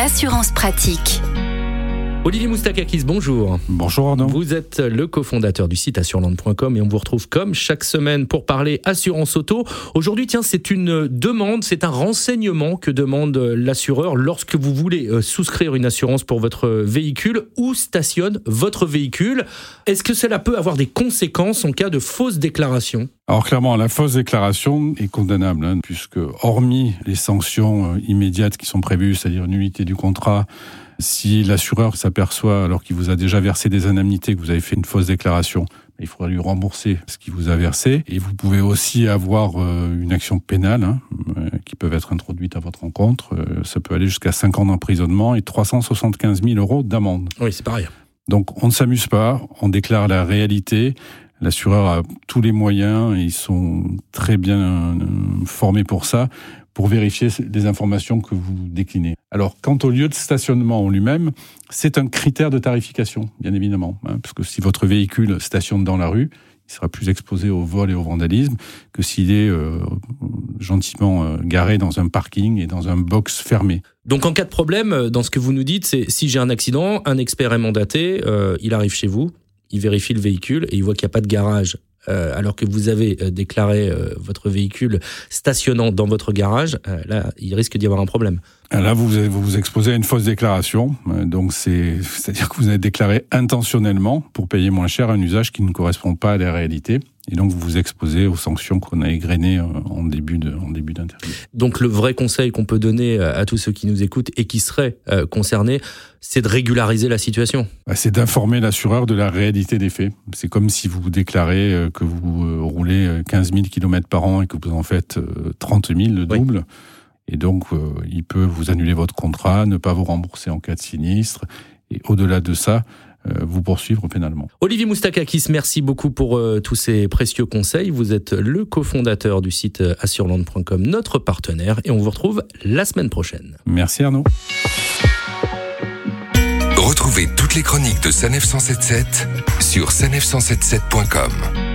Assurance pratique. Olivier Moustakakis, bonjour. Bonjour Arnaud. Vous êtes le cofondateur du site assureland.com et on vous retrouve comme chaque semaine pour parler assurance auto. Aujourd'hui, c'est une demande, c'est un renseignement que demande l'assureur lorsque vous voulez souscrire une assurance pour votre véhicule. Où stationne votre véhicule ? Est-ce que cela peut avoir des conséquences en cas de fausse déclaration ? Alors clairement, la fausse déclaration est condamnable, puisque hormis les sanctions immédiates qui sont prévues, c'est-à-dire une nullité du contrat, si l'assureur s'aperçoit, alors qu'il vous a déjà versé des indemnités, que vous avez fait une fausse déclaration, il faudra lui rembourser ce qu'il vous a versé. Et vous pouvez aussi avoir une action pénale qui peut être introduite à votre encontre. Ça peut aller jusqu'à 5 ans d'emprisonnement et 375 000 € d'amende. Oui, c'est pareil. Donc on ne s'amuse pas, on déclare la réalité. L'assureur a tous les moyens et ils sont très bien formés pour ça, pour vérifier les informations que vous déclinez. Alors, quant au lieu de stationnement en lui-même, c'est un critère de tarification, bien évidemment, parce que si votre véhicule stationne dans la rue, il sera plus exposé au vol et au vandalisme que s'il est gentiment garé dans un parking et dans un box fermé. Donc, en cas de problème, dans ce que vous nous dites, c'est si j'ai un accident, un expert est mandaté, il arrive chez vous, il vérifie le véhicule et il voit qu'il n'y a pas de garage. Alors que vous avez déclaré votre véhicule stationnant dans votre garage, là, il risque d'y avoir un problème. Là, vous vous exposez à une fausse déclaration. Donc, c'est-à-dire que vous avez déclaré intentionnellement pour payer moins cher un usage qui ne correspond pas à la réalité. Et donc, vous vous exposez aux sanctions qu'on a égrenées en début d'interview. Donc, le vrai conseil qu'on peut donner à tous ceux qui nous écoutent et qui seraient concernés, c'est de régulariser la situation. C'est d'informer l'assureur de la réalité des faits. C'est comme si vous déclarez que vous roulez 15 000 km par an et que vous en faites 30 000, le double. Oui. Et donc, il peut vous annuler votre contrat, ne pas vous rembourser en cas de sinistre. Et au-delà de ça, vous poursuivre pénalement. Olivier Moustakakis, merci beaucoup pour tous ces précieux conseils. Vous êtes le cofondateur du site assureland.com, notre partenaire, et on vous retrouve la semaine prochaine. Merci Arnaud. Retrouvez toutes les chroniques de Sanef 177 sur sanef177.com.